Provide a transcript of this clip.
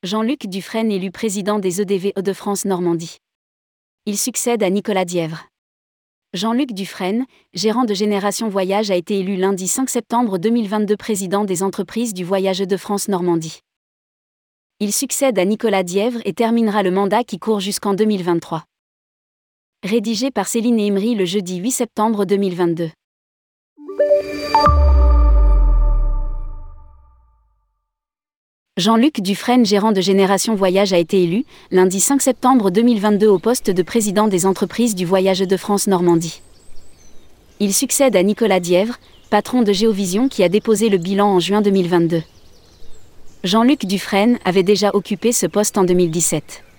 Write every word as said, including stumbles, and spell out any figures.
Jean-Luc Dufresne élu président des E D V Hauts-de-France Normandie. Il succède à Nicolas Dièvre. Jean-Luc Dufresne, gérant de Génération Voyage, a été élu lundi cinq septembre deux mille vingt-deux président des entreprises du voyage de France Normandie. Il succède à Nicolas Dièvre et terminera le mandat qui court jusqu'en deux mille vingt-trois. Rédigé par Céline Imri le jeudi huit septembre deux mille vingt-deux. Jean-Luc Dufresne, gérant de Génération Voyage, a été élu, lundi cinq septembre deux mille vingt-deux, au poste de président des entreprises du voyage de France Normandie. Il succède à Nicolas Dièvre, patron de Géovision, qui a déposé le bilan en juin deux mille vingt-deux. Jean-Luc Dufresne avait déjà occupé ce poste en deux mille dix-sept.